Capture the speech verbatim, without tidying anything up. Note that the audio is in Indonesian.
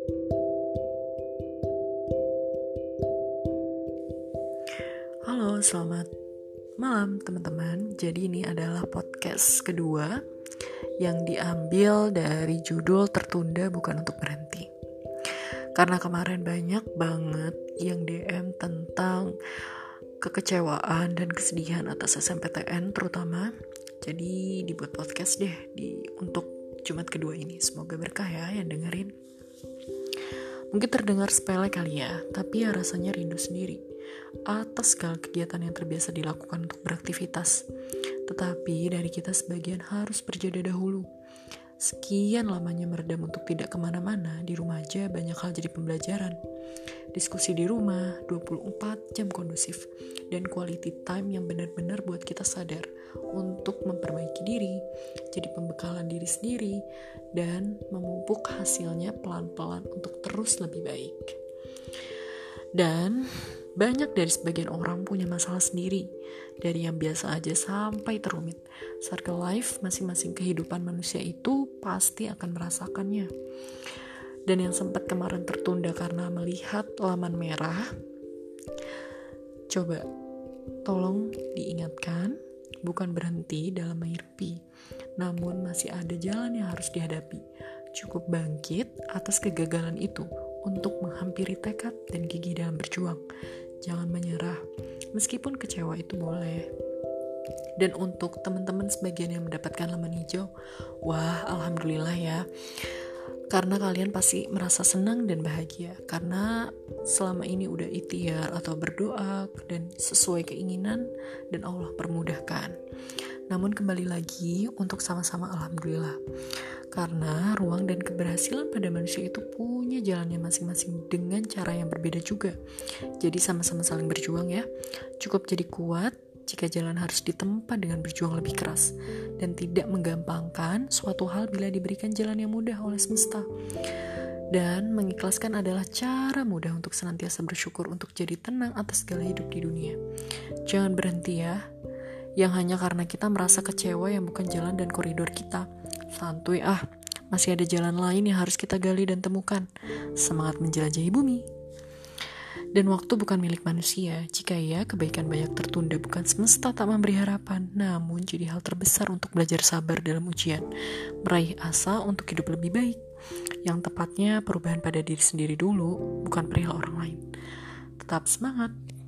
Halo, selamat malam teman-teman. Jadi ini adalah podcast kedua yang diambil dari judul Tertunda Bukan Untuk Berhenti. Karena kemarin banyak banget yang D M tentang kekecewaan dan kesedihan atas S M P T N terutama. Jadi dibuat podcast deh di untuk Jumat kedua ini. Semoga berkah ya yang dengerin. Mungkin terdengar sepele kali ya, tapi ya rasanya rindu sendiri atas segala kegiatan yang terbiasa dilakukan untuk beraktivitas. Tetapi dari kita sebagian harus berjeda dahulu. Sekian lamanya meredam untuk tidak kemana-mana, di rumah aja banyak hal jadi pembelajaran. Diskusi di rumah, dua puluh empat jam kondusif, dan quality time yang benar-benar buat kita sadar untuk memperbaiki diri, jadi pembekalan diri sendiri, dan memupuk hasilnya pelan-pelan untuk terus lebih baik. Dan banyak dari sebagian orang punya masalah sendiri, dari yang biasa aja sampai terumit. Circle life masing-masing kehidupan manusia itu pasti akan merasakannya. Dan yang sempat kemarin tertunda karena melihat laman merah, coba tolong diingatkan, bukan berhenti dalam mimpi, namun masih ada jalan yang harus dihadapi. Cukup bangkit atas kegagalan itu untuk menghampiri tekad dan gigi dalam berjuang. Jangan menyerah, meskipun kecewa itu boleh. Dan untuk teman-teman sebagian yang mendapatkan laman hijau, wah alhamdulillah ya. Karena kalian pasti merasa senang dan bahagia, karena selama ini udah ikhtiar atau berdoa dan sesuai keinginan dan Allah permudahkan. Namun kembali lagi untuk sama-sama alhamdulillah, karena ruang dan keberhasilan pada manusia itu punya jalannya masing-masing dengan cara yang berbeda juga. Jadi sama-sama saling berjuang ya. Cukup jadi kuat jika jalan harus ditempa dengan berjuang lebih keras, dan tidak menggampangkan suatu hal bila diberikan jalan yang mudah oleh semesta. Dan mengikhlaskan adalah cara mudah untuk senantiasa bersyukur untuk jadi tenang atas segala hidup di dunia. Jangan berhenti ya, yang hanya karena kita merasa kecewa yang bukan jalan dan koridor kita. Santuy ah, masih ada jalan lain yang harus kita gali dan temukan. Semangat menjelajahi bumi. Dan waktu bukan milik manusia. Jika ya, kebaikan banyak tertunda, bukan semesta tak memberi harapan, namun jadi hal terbesar untuk belajar sabar dalam ujian, meraih asa untuk hidup lebih baik. Yang tepatnya perubahan pada diri sendiri dulu, bukan perihal orang lain. Tetap semangat.